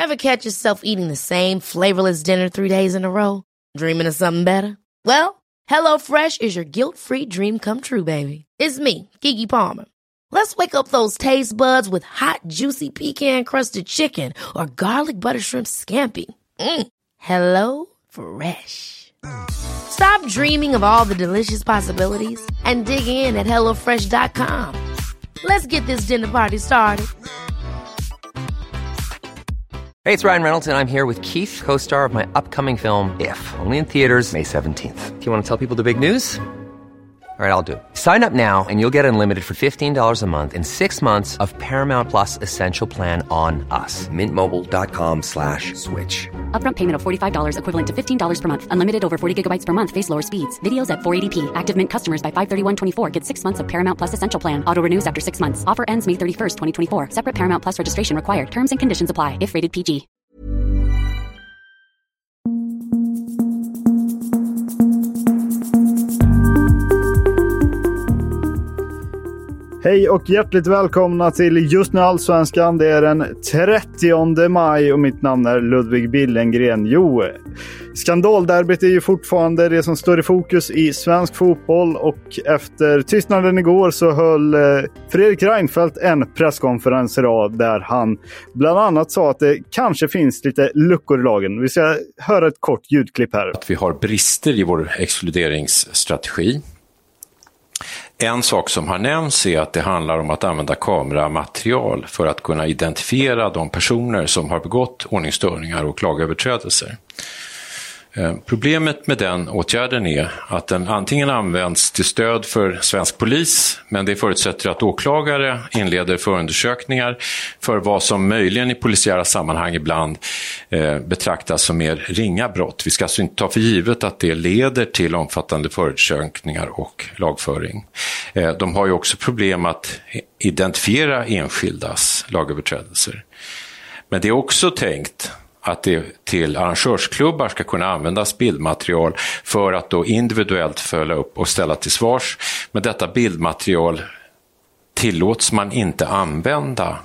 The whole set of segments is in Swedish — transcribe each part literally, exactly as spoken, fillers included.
Ever catch yourself eating the same flavorless dinner three days in a row? Dreaming of something better? Well, HelloFresh is your guilt-free dream come true, baby. It's me, Keke Palmer. Let's wake up those taste buds with hot, juicy pecan-crusted chicken or garlic butter shrimp scampi. Mm. Hello Fresh. Stop dreaming of all the delicious possibilities and dig in at hello fresh dot com. Let's get this dinner party started. Hey, it's Ryan Reynolds, and I'm here with Keith, co-star of my upcoming film, If, only in theaters May seventeenth. Do you want to tell people the big news? All right, I'll do it. Sign up now and you'll get unlimited for fifteen dollars a month and six months of Paramount Plus Essential Plan on us. Mint Mobile dot com slash switch. Upfront payment of forty-five dollars equivalent to fifteen dollars per month. Unlimited over forty gigabytes per month. Face lower speeds. Videos at four eighty p. Active Mint customers by five thirty-one twenty-four get six months of Paramount Plus Essential Plan. Auto renews after six months. Offer ends May thirty-first, twenty twenty-four. Separate Paramount Plus registration required. Terms and conditions apply if rated P G. Hej och hjärtligt välkomna till Just nu Allsvenskan. Det är den trettionde maj och mitt namn är Ludvig Billengren. Jo, skandalderbyt är ju fortfarande det som står i fokus i svensk fotboll, och efter tystnaden igår så höll Fredrik Reinfeldt en presskonferens idag där han bland annat sa att det kanske finns lite luckor i lagen. Vi ska höra ett kort ljudklipp här. Att vi har brister i vår exkluderingsstrategi. En sak som har nämnts är att det handlar om att använda kameramaterial för att kunna identifiera de personer som har begått ordningsstörningar och lagöverträdelser. Problemet med den åtgärden är att den antingen används till stöd för svensk polis, men det förutsätter att åklagare inleder förundersökningar för vad som möjligen i polisiära sammanhang ibland eh, betraktas som mer ringa brott. Vi ska alltså inte ta för givet att det leder till omfattande förundersökningar och lagföring. Eh, de har ju också problem att identifiera enskildas lagöverträdelser. Men det är också tänkt att det till arrangörsklubbar ska kunna användas bildmaterial för att då individuellt följa upp och ställa till svars. Men detta bildmaterial tillåts man inte använda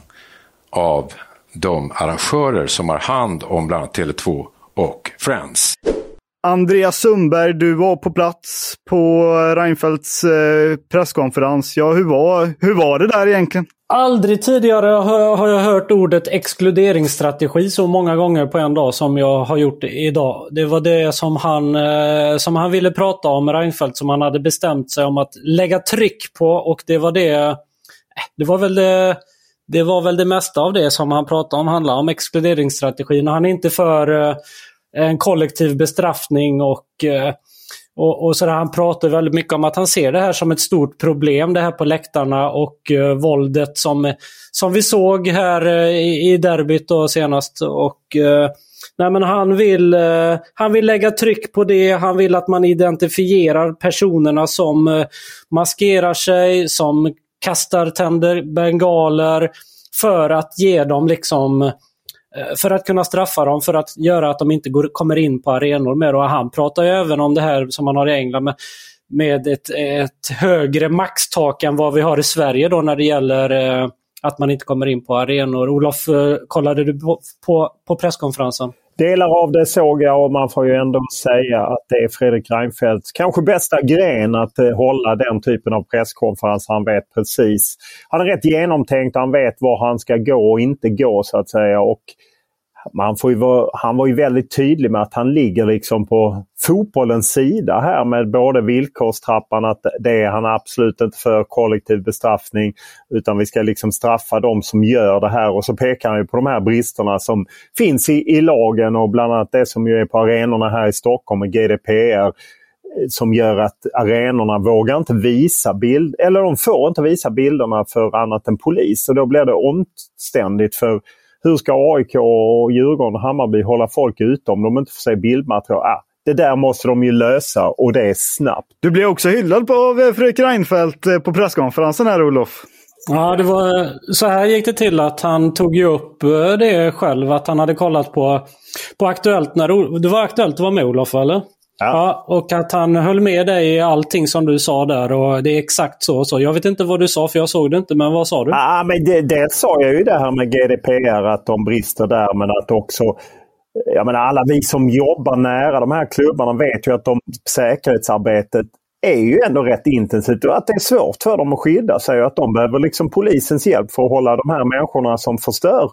av de arrangörer som har hand om bland annat Tele två och Friends. Andreas Sundberg, du var på plats på Reinfeldts eh, presskonferens. Ja, hur var, hur var det där egentligen? Aldrig tidigare har jag hört ordet exkluderingsstrategi så många gånger på en dag som jag har gjort idag. Det var det som han, som han ville prata om, Reinfeldt, som han hade bestämt sig om att lägga tryck på, och det var det, det var väl det, det var väl det mesta av det som han pratade om handlar om exkluderingsstrategin. Han är inte för en kollektiv bestraffning och Och, och så där, han pratar väldigt mycket om att han ser det här som ett stort problem, det här på läktarna och uh, våldet som, som vi såg här uh, i, i derbyt då senast. Och uh, nej, men han vill, uh, han vill lägga tryck på det. Han vill att man identifierar personerna som uh, maskerar sig, som kastar tänder, bengaler, för att ge dem liksom, för att kunna straffa dem, för att göra att de inte går, kommer in på arenor mer. Och han pratar ju även om det här som man har i England med, med ett, ett högre maxtak än vad vi har i Sverige då när det gäller eh, att man inte kommer in på arenor. Olof, eh, kollade du på, på, på presskonferensen? Delar av det såg jag, och man får ju ändå säga att det är Fredrik Reinfeldts kanske bästa gren att eh, hålla den typen av presskonferens. Han vet precis. Han är rätt genomtänkt, han vet var han ska gå och inte gå så att säga, och man får ju vara, han var ju väldigt tydlig med att han ligger liksom på fotbollens sida här med både villkorstrappan, att det är han absolut inte för kollektiv bestraffning, utan vi ska liksom straffa de som gör det här, och så pekar han ju på de här bristerna som finns i, i lagen, och bland annat det som ju är på arenorna här i Stockholm med G D P R, som gör att arenorna vågar inte visa bild, eller de får inte visa bilderna för annat än polis, och då blir det omständigt. För hur ska A I K och Djurgården och Hammarby hålla folk ute om de inte får se bildmaterial? Ah, det där måste de ju lösa, och det är snabbt. Du blev också hyllad på Fredrik Reinfeldt på presskonferensen här, Olof. Ja, det var, så här gick det till att han tog ju upp det själv, att han hade kollat på, på Aktuellt när det var Aktuellt att vara med, Olof, eller? Ja, och att han höll med dig i allting som du sa där, och det är exakt så. så. Jag vet inte vad du sa, för jag såg det inte, men vad sa du? Ja, men det, det sa jag ju det här med G D P R, att de brister där, men att också, jag menar, alla vi som jobbar nära de här klubbarna vet ju att de, säkerhetsarbetet är ju ändå rätt intensivt och att det är svårt för dem att skydda sig och att de behöver liksom polisens hjälp för att hålla de här människorna som förstör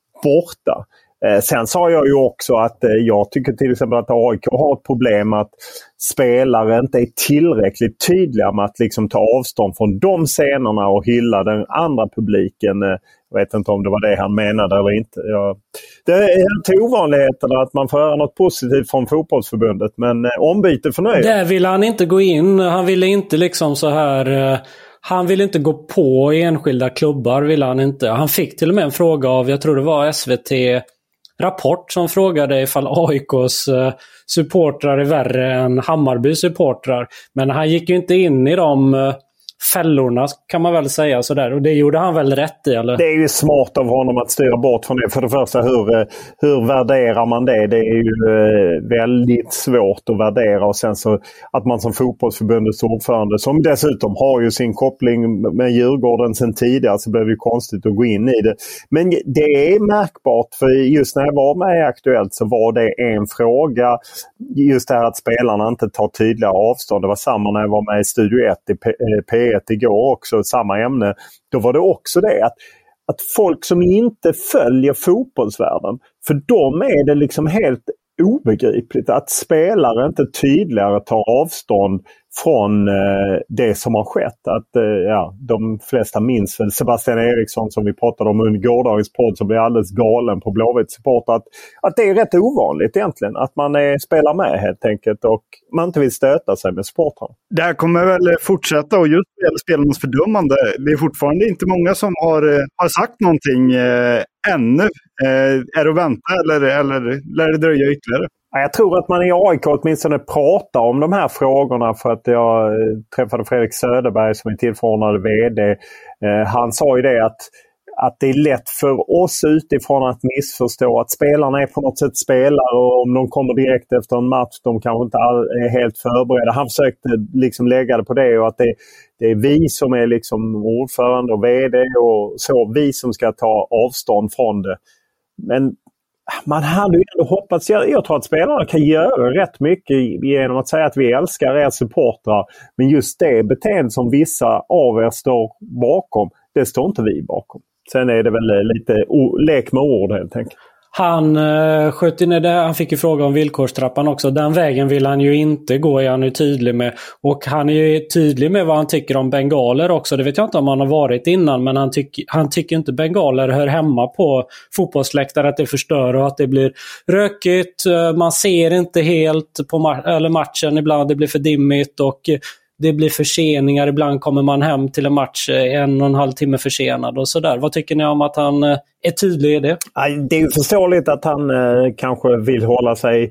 borta. Eh, sen sa jag ju också att eh, jag tycker till exempel att A I K har ett problem att spelare inte är tillräckligt tydliga med att liksom ta avstånd från de scenerna och hylla den andra publiken. Eh, jag vet inte om det var det han menade eller inte. Jag, det är till ovanligheterna att man får höra något positivt från fotbollsförbundet, men eh, ombyte förnöjd. Där ville han inte gå in. Han ville inte liksom så här... Eh... Han vill inte gå på enskilda klubbar, vill han inte. Han fick till och med en fråga av, jag tror det var S V T Rapport, som frågade ifall A I K:s uh, supportrar är värre än Hammarby supportrar. Men han gick ju inte in i de uh, fällorna, kan man väl säga sådär. Och det gjorde han väl rätt i, eller? Det är ju smart av honom att styra bort från det. För det första, hur, hur värderar man det? Det är ju väldigt svårt att värdera. Och sen så att man som fotbollsförbundets ordförande, som dessutom har ju sin koppling med Djurgården sedan tidigare, så blev det ju konstigt att gå in i det. Men det är märkbart, för just när jag var med i Aktuellt så var det en fråga. Just det här att spelarna inte tar tydliga avstånd. Det var samma när jag var med i Studio ett i P ett igår också, samma ämne. Då var det också det att, att folk som inte följer fotbollsvärlden, för dem är det liksom helt obegripligt att spelare inte tydligare tar avstånd från eh, det som har skett. Att, eh, ja, de flesta minns väl Sebastian Eriksson, som vi pratade om under gårdagens podd, som blir alldeles galen på Blåvitt support, att, att det är rätt ovanligt egentligen att man är, spelar med helt enkelt och man inte vill stöta sig med supportrarna. Det här kommer väl fortsätta, och just spelarnas fördömande, det är fortfarande inte många som har, har sagt någonting eh, ännu. Eh, är det att vänta eller, eller lär det dröja ytterligare? Jag tror att man i A I K åtminstone pratar om de här frågorna, för att jag träffade Fredrik Söderberg som är tillförordnad vd. Han sa ju det att, att det är lätt för oss utifrån att missförstå att spelarna är på något sätt spelare, och om de kommer direkt efter en match, de kanske inte är helt förberedda. Han försökte liksom lägga det på det, och att det, det är vi som är liksom ordförande och vd och så, vi som ska ta avstånd från det. Men man hade ju ändå hoppats, jag, jag tror att spelarna kan göra rätt mycket genom att säga att vi älskar er supportrar, men just det beteende som vissa av er står bakom, det står inte vi bakom. Sen är det väl lite o- lek med ord helt enkelt. Han eh, sköt ner det, han fick ju fråga om villkorstrappan också. Den vägen vill han ju inte gå, är han ju tydlig med. Och han är ju tydlig med vad han tycker om bengaler också. Det vet jag inte om han har varit innan, men han, tyck, han tycker inte bengaler hör hemma på fotbollsläktare, att det förstör och att det blir rökigt. Man ser inte helt på ma- eller matchen ibland, det blir för dimmigt och det blir förseningar. Ibland kommer man hem till en match en och en halv timme försenad och sådär. Vad tycker ni om att han är tydlig i det? Det är ju förståeligt att han eh, kanske vill hålla sig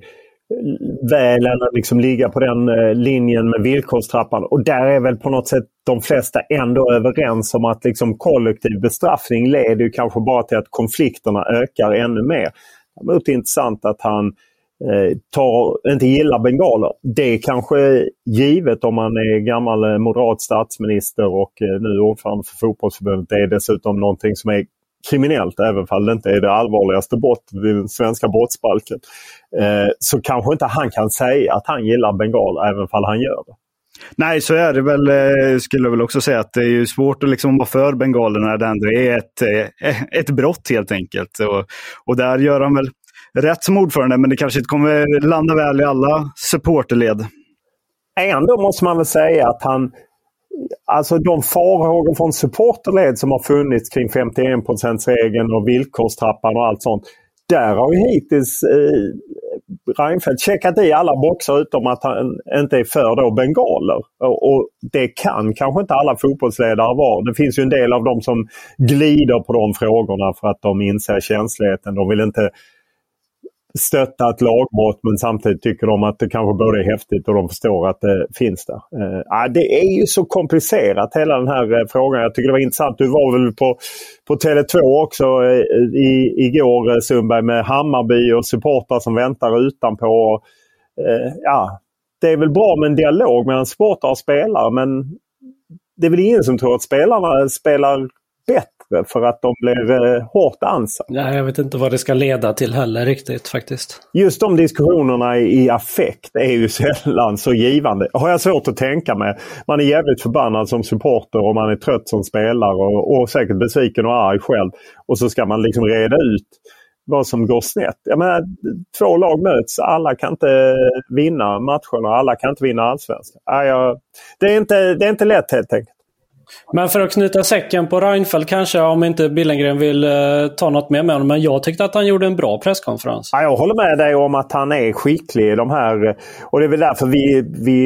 väl eller liksom ligga på den eh, linjen med villkorstrappan. Och där är väl på något sätt de flesta ändå överens om att liksom kollektiv bestraffning leder ju kanske bara till att konflikterna ökar ännu mer. Det är inte intressant att han tar, inte gillar bengaler. Det är kanske givet om man är gammal moderat statsminister och nu ordförande för fotbollsförbundet. Det är dessutom någonting som är kriminellt, även om det inte är det allvarligaste brott i den svenska brottsbalken. Eh, så kanske inte han kan säga att han gillar bengaler, även om han gör det. Nej, så är det väl, skulle jag väl också säga, att det är ju svårt att liksom vara för bengalerna när det ändå är ett, ett brott helt enkelt. Och, och där gör han väl rätt som ordförande, men det kanske inte kommer landa väl i alla supporterled. Ändå måste man väl säga att han, alltså de farhågor från supporterled som har funnits kring femtioen procent-regeln och villkorstrappan och allt sånt, där har ju hittills eh, Reinfeldt checkat i alla boxar utom att han inte är för då bengaler. Och, och det kan kanske inte alla fotbollsledare vara. Det finns ju en del av dem som glider på de frågorna för att de inser känsligheten. De vill inte stötta ett lagbrott, men samtidigt tycker de att det kanske både är häftigt och de förstår att det finns där. Eh, det är ju så komplicerat hela den här eh, frågan. Jag tycker det var intressant. Du var väl på, på Tele två också eh, i, igår, eh, Sundberg, med Hammarby och supportrar som väntar utanpå. Eh, ja, det är väl bra med en dialog mellan supportrar och spelare, men det är väl ingen som tror att spelarna spelar bättre för att de blir eh, hårt ansatta. Nej, jag vet inte vad det ska leda till heller riktigt faktiskt. Just de diskussionerna i, i affekt är ju sällan så givande. Har jag svårt att tänka mig. Man är jävligt förbannad som supporter och man är trött som spelare och, och säkert besviken och arg själv. Och så ska man liksom reda ut vad som går snett. Jag menar, två lag möts, alla kan inte vinna matcherna, alla kan inte vinna allsvenskan. Ja, det är inte, det är inte lätt helt enkelt. Men för att knyta säcken på Reinfeldt kanske, om inte Billengren vill uh, ta något med med honom, men jag tyckte att han gjorde en bra presskonferens. Ja, jag håller med dig om att han är skicklig i de här, och det är väl därför vi, vi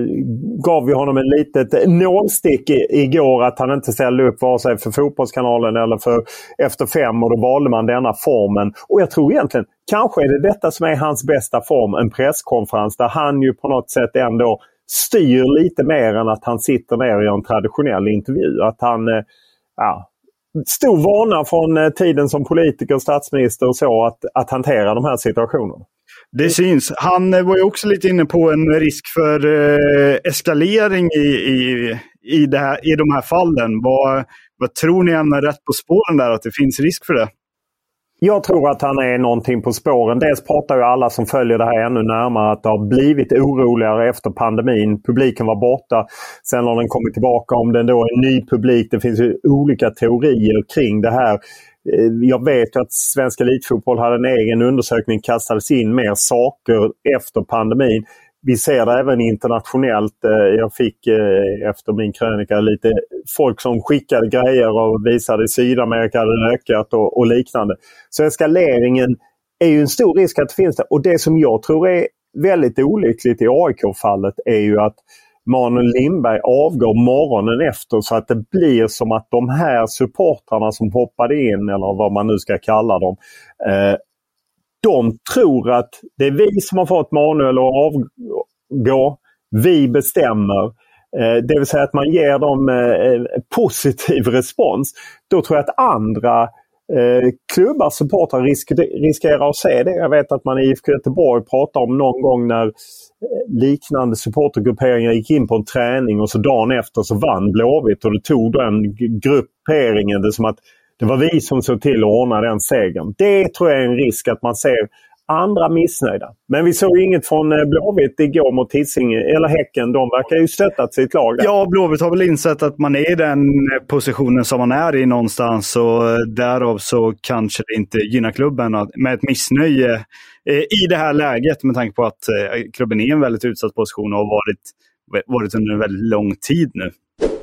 gav vi honom en litet nålstick i, igår att han inte ställde upp vare sig för Fotbollskanalen eller för Efter fem, och då valde man denna formen. Och jag tror egentligen, kanske är det detta som är hans bästa form, en presskonferens där han ju på något sätt ändå styr lite mer än att han sitter ner i en traditionell intervju. Att han, ja, stor vana från tiden som politiker och statsminister och så att, att hantera de här situationerna. Det syns. Han var ju också lite inne på en risk för eh, eskalering i, i, i, det här, i de här fallen. Vad, vad tror ni han är rätt på spåren där, att det finns risk för det? Jag tror att han är någonting på spåren. Dels pratar ju alla som följer det här ännu närmare att det har blivit oroligare efter pandemin. Publiken var borta. Sen har den kommit tillbaka, om den då är en ny publik. Det finns ju olika teorier kring det här. Jag vet ju att Svensk Elitfotboll hade en egen undersökning, kastades in mer saker efter pandemin. Vi ser det även internationellt. Jag fick efter min krönika lite folk som skickade grejer och visade i Sydamerika hade ökat och, och liknande. Så eskaleringen är ju en stor risk att det finns det. Och det som jag tror är väldigt olyckligt i A I K-fallet är ju att Manuel Lindberg avgår morgonen efter, så att det blir som att de här supportrarna som hoppade in, eller vad man nu ska kalla dem, eh, de tror att det är vi som har fått Manuel att avgå. Vi bestämmer. Eh, det vill säga att man ger dem eh, positiv respons. Då tror jag att andra eh, klubbar, supportrar risk, riskerar att se det. Jag vet att man i I F K Göteborg pratar om någon gång när liknande supportergrupperingar gick in på en träning och så dagen efter så vann Blåvitt, och det tog den grupperingen det som att det var vi som såg till att ordna den segern. Det tror jag är en risk att man ser andra missnöjda. Men vi såg inget från Blåvitt igår mot Hisingen eller Häcken. De verkar ju stöttat sitt lag där. Ja, Blåvitt har väl insett att man är i den positionen som man är i någonstans, och därav så kanske det inte gynnar klubben med ett missnöje i det här läget, med tanke på att klubben är i en väldigt utsatt position och har varit, varit under en väldigt lång tid nu.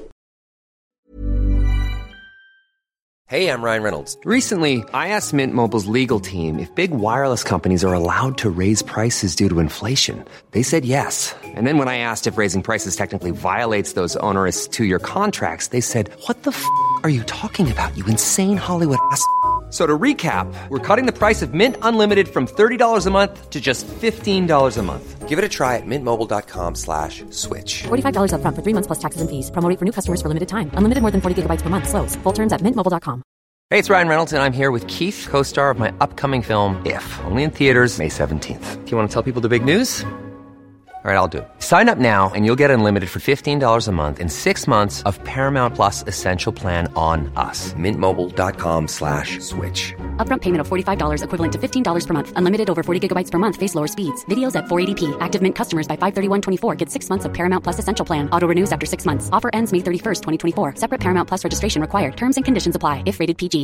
Hey, I'm Ryan Reynolds. Recently, I asked Mint Mobile's legal team if big wireless companies are allowed to raise prices due to inflation. They said yes. And then when I asked if raising prices technically violates those onerous two-year contracts, they said, what the f*** are you talking about, you insane Hollywood ass f- So to recap, we're cutting the price of Mint Unlimited from thirty dollars a month to just fifteen dollars a month. Give it a try at mintmobile.com slash switch. forty-five dollars up front for three months plus taxes and fees. Promo rate for new customers for limited time. Unlimited more than forty gigabytes per month slows. Full terms at mint mobile dot com. Hey, it's Ryan Reynolds, and I'm here with Keith, co-star of my upcoming film, If, only in theaters May seventeenth. Do you want to tell people the big news? All right, I'll do it. Sign up now and you'll get unlimited for fifteen dollars a month and six months of Paramount Plus Essential Plan on us. Mintmobile.com slash switch. Upfront payment of forty-five dollars equivalent to fifteen dollars per month. Unlimited over forty gigabytes per month. Face lower speeds. Videos at four eighty p. Active Mint customers by five thirty-one twenty-four get six months of Paramount Plus Essential Plan. Auto renews after six months. Offer ends May thirty-first, twenty twenty-four. Separate Paramount Plus registration required. Terms and conditions apply if rated P G.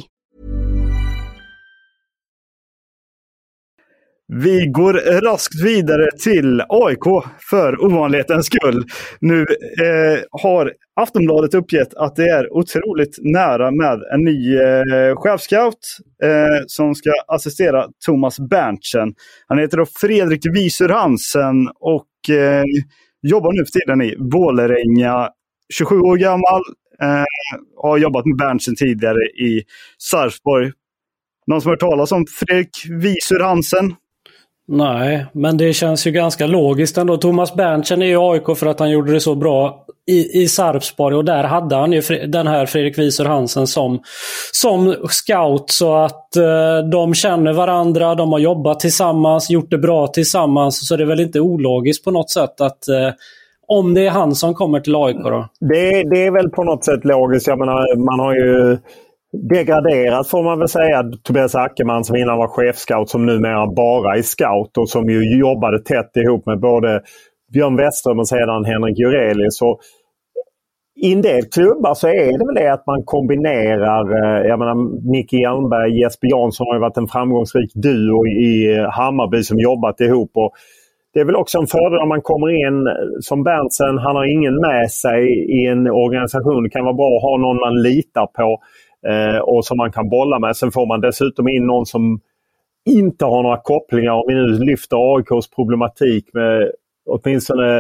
Vi går raskt vidare till A I K för ovanlighetens skull. Nu eh, har Aftonbladet uppgett att det är otroligt nära med en ny eh, chefscout eh, som ska assistera Thomas Berntsen. Han heter då Fredrik Visur Hansen och eh, jobbar nu för tiden i Vålerenga. tjugosju år gammal, eh, har jobbat med Berntsen tidigare i Sarpsborg. Någon som har hört talas om Fredrik Visur Hansen? Nej, men det känns ju ganska logiskt ändå. Thomas Berntsen är ju A I K för att han gjorde det så bra i, i Sarpsborg, och där hade han ju den här Fredrik Wieser Hansen som, som scout, så att eh, de känner varandra, de har jobbat tillsammans, gjort det bra tillsammans, så det är väl inte ologiskt på något sätt att eh, om det är han som kommer till A I K då? Det, det är väl på något sätt logiskt. Jag menar, man har ju degraderat, får man väl säga, Tobias Ackerman som innan var chefscout, som numera bara är scout och som ju jobbade tätt ihop med både Björn Westström och sedan Henrik Jurelius. Så i en del klubbar så är det väl det att man kombinerar, jag menar Micke Hjelmberg, Jesper Jansson har ju varit en framgångsrik duo i Hammarby som jobbat ihop, och det är väl också en fördel om man kommer in som Berntsen, han har ingen med sig i en organisation. Det kan vara bra att ha någon man litar på eh, och som man kan bolla med. Sen får man dessutom in någon som inte har några kopplingar, om vi nu lyfter A I K:s problematik med åtminstone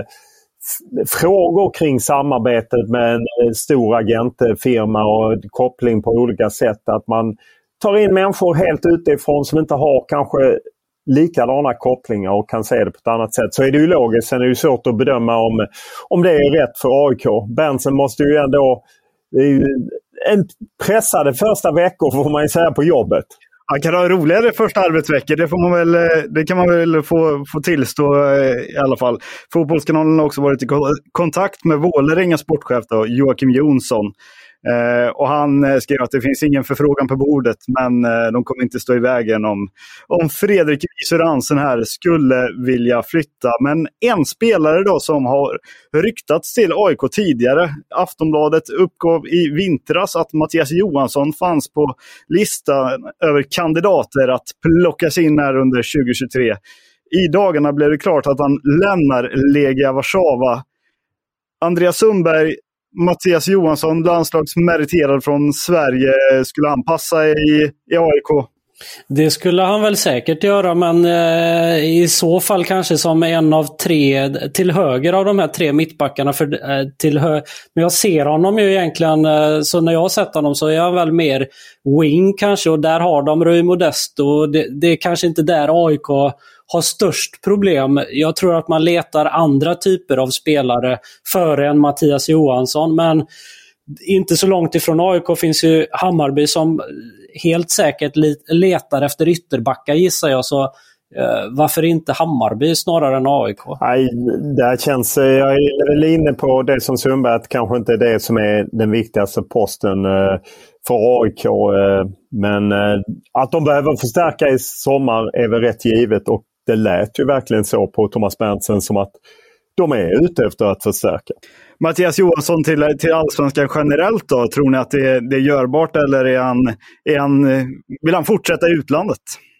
f- frågor kring samarbetet med en stor agentfirma och koppling på olika sätt. Att man tar in människor helt utifrån som inte har kanske likadana kopplingar och kan se det på ett annat sätt, så är det ju logiskt. Sen är det ju svårt att bedöma om, om det är rätt för A I K. Berntsen måste ju ändå, det är ju en pressade första veckor får man ju säga på jobbet. Han kan ha roligare första arbetsveckor, det, får man väl, det kan man väl få, få tillstå i alla fall. Fotbollskanalen har också varit i kontakt med Vålerenga sportchef då, Joakim Jonsson. Eh, och han skrev att det finns ingen förfrågan på bordet, men eh, de kommer inte stå i vägen om, om Fredrik Wieser Hansen här skulle vilja flytta. Men en spelare då som har ryktats till A I K tidigare, Aftonbladet uppgav i vintras att Mattias Johansson fanns på listan över kandidater att plockas in här under tjugohundratjugotre. I dagarna blev det klart att han lämnar Legia Warszawa. Andreas Sundberg, Mattias Johansson, landslagsmeriterad från Sverige, skulle han passa i, i A I K? Det skulle han väl säkert göra, men eh, i så fall kanske som en av tre till höger av de här tre mittbackarna. För, eh, till hö- men jag ser honom ju egentligen, eh, så när jag har sett honom så är han väl mer wing kanske, och där har de Rui Modesto. Det, det är kanske inte där A I K har störst problem. Jag tror att man letar andra typer av spelare före en Mattias Johansson, men inte så långt ifrån A I K finns ju Hammarby som helt säkert letar efter ytterbackar, gissar jag, så eh, varför inte Hammarby snarare än A I K? Nej, det känns, jag är väl inne på det som Sundberg, att kanske inte är det som är den viktigaste posten eh, för A I K, eh, men eh, att de behöver förstärka i sommar är väl rätt givet, och det lät ju verkligen så på Thomas Berntsen som att de är ute efter att förstärka. Mattias Johansson till, till allsvenskan generellt då, tror ni att det, det är görbart, eller är han, är han, vill han fortsätta i utlandet?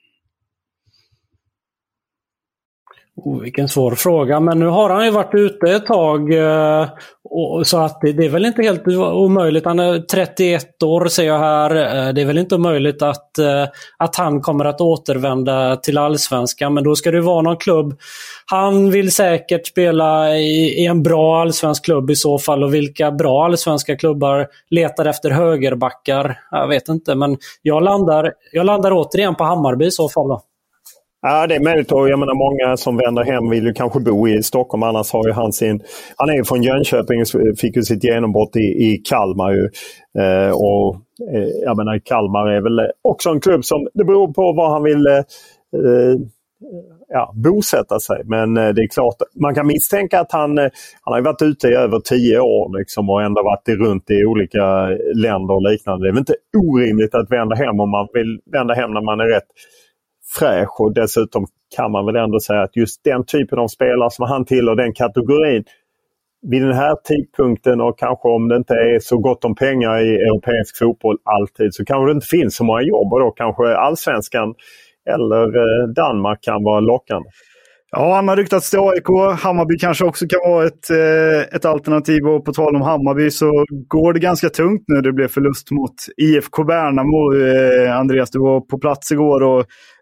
Oh, vilken svår fråga, men nu har han ju varit ute ett tag, eh, och, så att det, det är väl inte helt omöjligt. Han är trettioett år, ser jag här. Eh, det är väl inte omöjligt att, eh, att han kommer att återvända till allsvenskan, men då ska det vara någon klubb. Han vill säkert spela i, i en bra allsvensk klubb i så fall, och vilka bra allsvenska klubbar letar efter högerbackar? Jag vet inte, men jag landar, jag landar återigen på Hammarby i så fall då. Ja, det är möjligt, och jag menar många som vänder hem vill ju kanske bo i Stockholm, annars har ju han sin, han är ju från Jönköping, fick ju sitt genombrott i, i Kalmar ju. Eh, och eh, jag menar Kalmar är väl också en klubb som, det beror på vad han vill eh, ja, bosätta sig, men eh, det är klart, man kan misstänka att han, eh, han har ju varit ute i över tio år liksom, och ändå varit runt i olika länder och liknande. Det är väl inte orimligt att vända hem om man vill vända hem när man är rätt fräsch, och dessutom kan man väl ändå säga att just den typen av spelare som han tillhör, den kategorin vid den här tidpunkten, och kanske om det inte är så gott om pengar i europeisk fotboll alltid, så kanske det inte finns så många jobb, och då kanske allsvenskan eller Danmark kan vara lockande. Ja, han har ryktats till A I K. Hammarby kanske också kan vara ett, ett alternativ. Och på tal om Hammarby så går det ganska tungt nu. Det blev förlust mot I F K Värnamo. Eh, Andreas, du var på plats igår och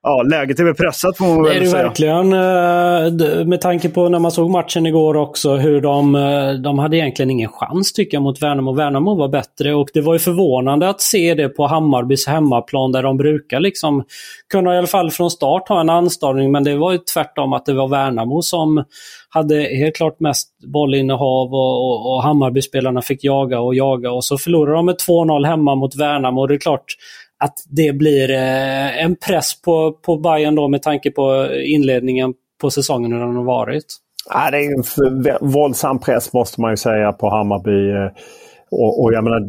ja, läget är väl pressat på man det är det säga. Verkligen, med tanke på när man såg matchen igår också, hur de, de hade egentligen ingen chans tycker jag mot Värnamo. Värnamo var bättre och det var ju förvånande att se det på Hammarbys hemmaplan där de brukar liksom kunna i alla fall från start ha en anstavning, men det var ju tvärtom att det var Värnamo som hade helt klart mest bollinnehav och, och, och Hammarby-spelarna fick jaga och jaga och så förlorade de med två noll hemma mot Värnamo och det är klart att det blir eh, en press på, på Bayern då med tanke på inledningen på säsongen hur den har varit. Ja, det är ju en våldsam press måste man ju säga på Hammarby och, och jag menar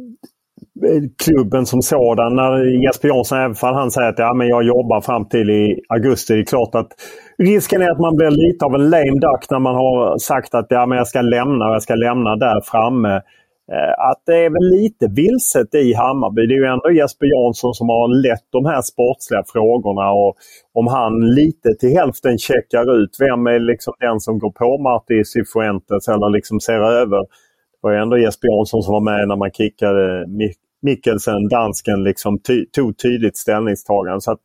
klubben som sådan, när Jesper Jansson även fall han säger att ja, men jag jobbar fram till i augusti, det är klart att risken är att man blir lite av en lame duck när man har sagt att ja, men jag ska lämna och jag ska lämna där framme. Att det är väl lite vilset i Hammarby. Det är ju ändå Jesper Jansson som har lett de här sportsliga frågorna och om han lite till hälften checkar ut vem är liksom den som går på Martin Cifuentes eller liksom ser över. Det var ju ändå Jesper Jansson som var med när man kickade Mikkelsen, dansken liksom ty- tog tydligt ställningstagande. Så att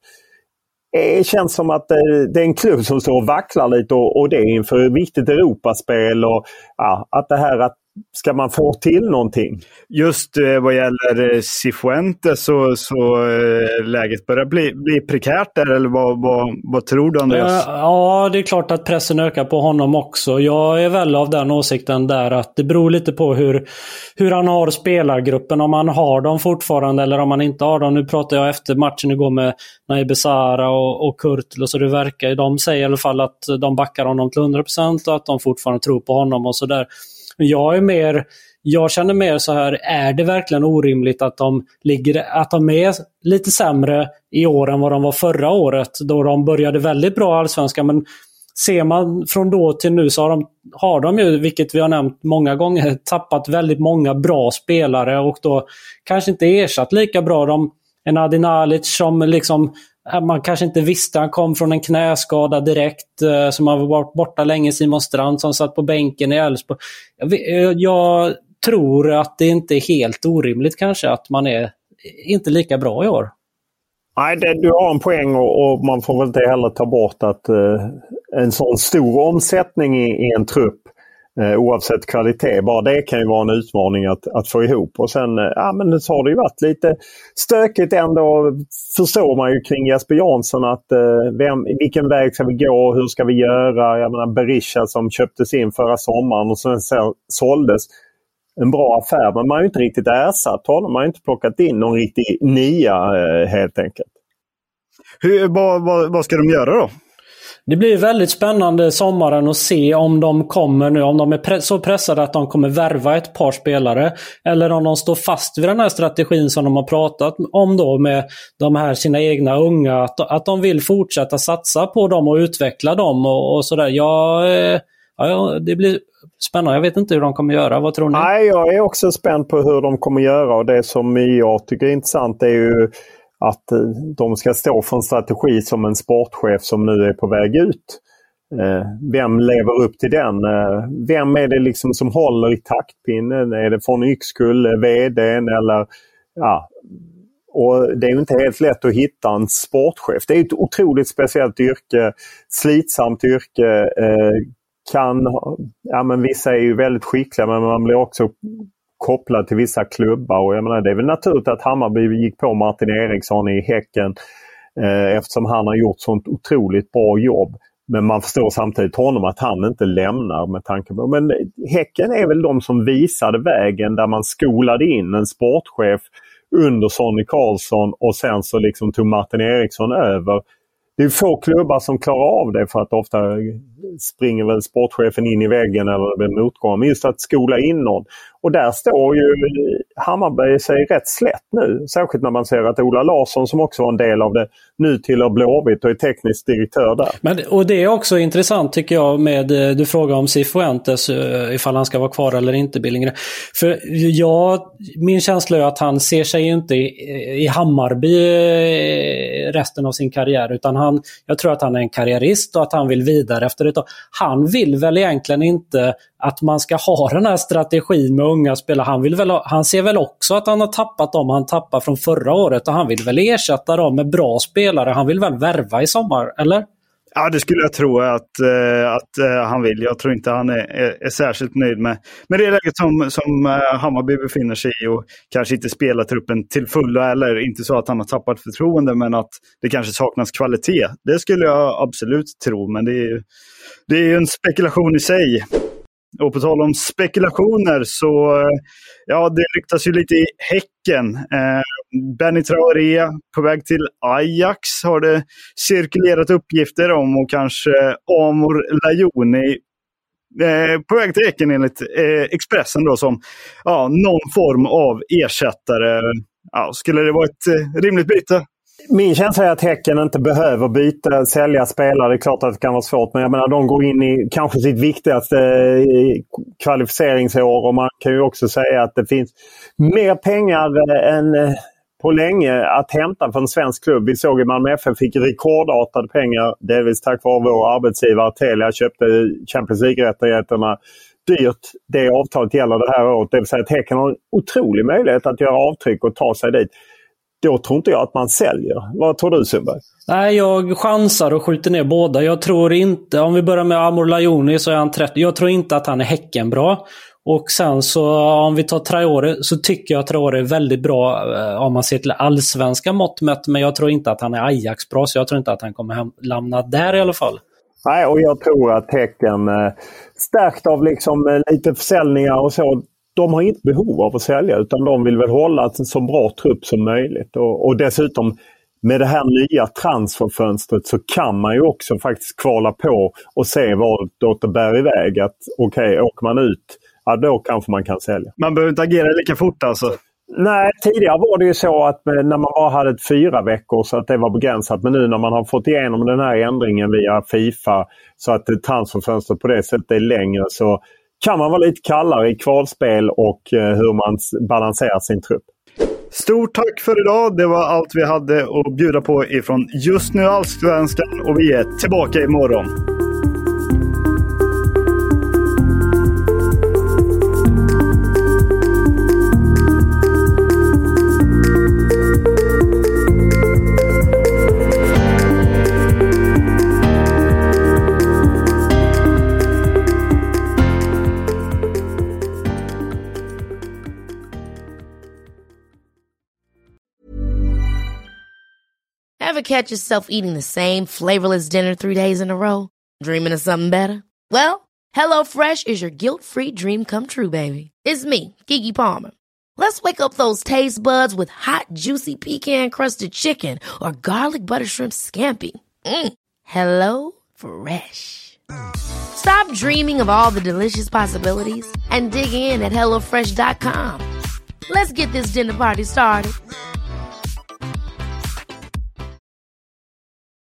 det känns som att det är en klubb som står och vacklar lite och, och det är inför ett viktigt Europaspel och ja, att det här att ska man få till någonting? Just eh, vad gäller eh, Cifuentes så, så eh, läget börjar bli, bli prekärt där, eller vad, vad, vad tror du Andreas? Ja, det är klart att pressen ökar på honom också. Jag är väl av den åsikten där att det beror lite på hur, hur han har spelargruppen, om han har dem fortfarande eller om han inte har dem. Nu pratar jag efter matchen igår med Naib Besara och, och Kurtl och så det verkar. De säger i alla fall att de backar honom till hundra procent och att de fortfarande tror på honom och sådär. Jag är mer, jag känner mer så här, är det verkligen orimligt att de ligger, att de är lite sämre i år än vad de var förra året då de började väldigt bra allsvenska, men ser man från då till nu så har de, har de ju, vilket vi har nämnt många gånger, tappat väldigt många bra spelare och då kanske inte ersatt lika bra de, en Adin Alic som liksom man kanske inte visste, han kom från en knäskada direkt eh, som har varit borta länge, Simon Strand som satt på bänken i Elfsborg. Jag, jag tror att det inte är helt orimligt kanske att man är inte lika bra i år. Nej, det, du har en poäng och, och man får väl inte heller ta bort att eh, en sån stor omsättning i, i en trupp eh, oavsett kvalitet, bara det kan ju vara en utmaning att, att få ihop. Och sen, eh, ja men så har det ju varit lite stökigt ändå, förstår man ju kring Jesper Jansson att eh, vem, vilken väg ska vi gå, hur ska vi göra? Jag menar Berisha som köptes in förra sommaren och sen så, såldes. En bra affär, men man har ju inte riktigt ersatt honom. Man har inte plockat in någon riktig nia eh, helt enkelt. Hur, vad, vad, vad ska de göra då? Det blir väldigt spännande sommaren att se om de kommer nu, om de är pre- så pressade att de kommer värva ett par spelare eller om de står fast vid den här strategin som de har pratat om då med de här sina egna unga, att, att de vill fortsätta satsa på dem och utveckla dem och, och sådär. Ja, eh, ja, det blir spännande. Jag vet inte hur de kommer göra. Vad tror ni? Nej, jag är också spänd på hur de kommer göra och det som jag tycker är intressant är ju att de ska stå för en strategi som en sportchef som nu är på väg ut. Vem lever upp till den? Vem är det liksom som håller i taktpinnen? Är det från Yxkull, vdn eller ja... Och det är ju inte helt lätt att hitta en sportchef. Det är ett otroligt speciellt yrke, slitsamt yrke. Kan, ja men vissa är ju väldigt skickliga men man blir också kopplad till vissa klubbar och jag menar det är väl naturligt att Hammarby gick på Martin Eriksson i Häcken eh, eftersom han har gjort sånt otroligt bra jobb. Men man förstår samtidigt honom att han inte lämnar med tanke på. Men Häcken är väl de som visade vägen där man skolade in en sportchef under Sonny Karlsson och sen så liksom tog Martin Eriksson över. Det är få klubbar som klarar av det för att ofta springer väl sportchefen in i väggen eller blir motgång. Men just att skola in någon. Och där står ju Hammarby sig rätt slätt nu. Särskilt när man ser att Ola Larsson som också var en del av det nu tillhör Blåvitt och är teknisk direktör där. Men, och det är också intressant tycker jag med, du frågar om Cifuentes ifall han ska vara kvar eller inte Billingren. För jag, min känsla är att han ser sig inte i, i Hammarby resten av sin karriär utan han han, jag tror att han är en karriärist och att han vill vidare efter det. Han vill väl egentligen inte att man ska ha den här strategin med unga spelare. Han, vill väl, han ser väl också att han har tappat dem han tappade från förra året och han vill väl ersätta dem med bra spelare. Han vill väl värva i sommar, eller? Ja, det skulle jag tro att, uh, att uh, han vill. Jag tror inte han är, är, är särskilt nöjd med, med det läget som, som uh, Hammarby befinner sig i och kanske inte spelar truppen till fulla eller inte så att han har tappat förtroende men att det kanske saknas kvalitet. Det skulle jag absolut tro, men det är, det är ju en spekulation i sig. Och på tal om spekulationer så ja, det ryktas ju lite i Häcken. Eh, Benny Traoré på väg till Ajax har det cirkulerat uppgifter om och kanske Amor Lajoni eh, på väg till Häcken enligt eh, Expressen då som ja, någon form av ersättare. Ja, skulle det vara ett eh, rimligt byte? Min känsla är att Häcken inte behöver byta, sälja spelare. Det är klart att det kan vara svårt, men jag menar, de går in i kanske sitt viktigaste kvalificeringsår och man kan ju också säga att det finns mer pengar än på länge att hämta för en svensk klubb. Vi såg i Malmö F F fick rekordartade pengar, delvis tack vare vår arbetsgivare Telia köpte Champions League-rättigheterna dyrt. Det avtalet gäller det här året, det vill säga att Häcken har en otrolig möjlighet att göra avtryck och ta sig dit. Då tror inte jag att man säljer. Vad tror du, Sundberg? Nej, jag chansar och skjuter ner båda. Jag tror inte, om vi börjar med Amor Lajoni så är han trettio. Jag tror inte att han är Häcken bra. Och sen så om vi tar Traoré så tycker jag att Traoré är väldigt bra eh, om man ser till allsvenska mått mätt. Men jag tror inte att han är Ajax bra, så jag tror inte att han kommer hem, lämna där i alla fall. Nej, och jag tror att Häcken eh, stärkt av liksom eh, lite försäljningar och så. De har inte behov av att sälja utan de vill väl hålla en så bra trupp som möjligt. Och, och dessutom med det här nya transferfönstret så kan man ju också faktiskt kvala på och se vad det bär iväg. Att okej, okay, åker man ut, ja då kanske man kan sälja. Man behöver inte agera lika fort alltså? Nej, tidigare var det ju så att när man bara hade ett fyra veckor så att det var begränsat. Men nu när man har fått igenom den här ändringen via FIFA så att transferfönstret på det sättet är längre så kan man vara lite kallare i kvalspel och eh, hur man balanserar sin trupp. Stort tack för idag. Det var allt vi hade att bjuda på ifrån Just nu Allsvenskan och vi är tillbaka imorgon. Ever catch yourself eating the same flavorless dinner three days in a row? Dreaming of something better? Well, HelloFresh is your guilt-free dream come true, baby. It's me, Keke Palmer. Let's wake up those taste buds with hot, juicy pecan-crusted chicken or garlic butter shrimp scampi. Mm. Hello Fresh. Stop dreaming of all the delicious possibilities and dig in at hello fresh dot com. Let's get this dinner party started.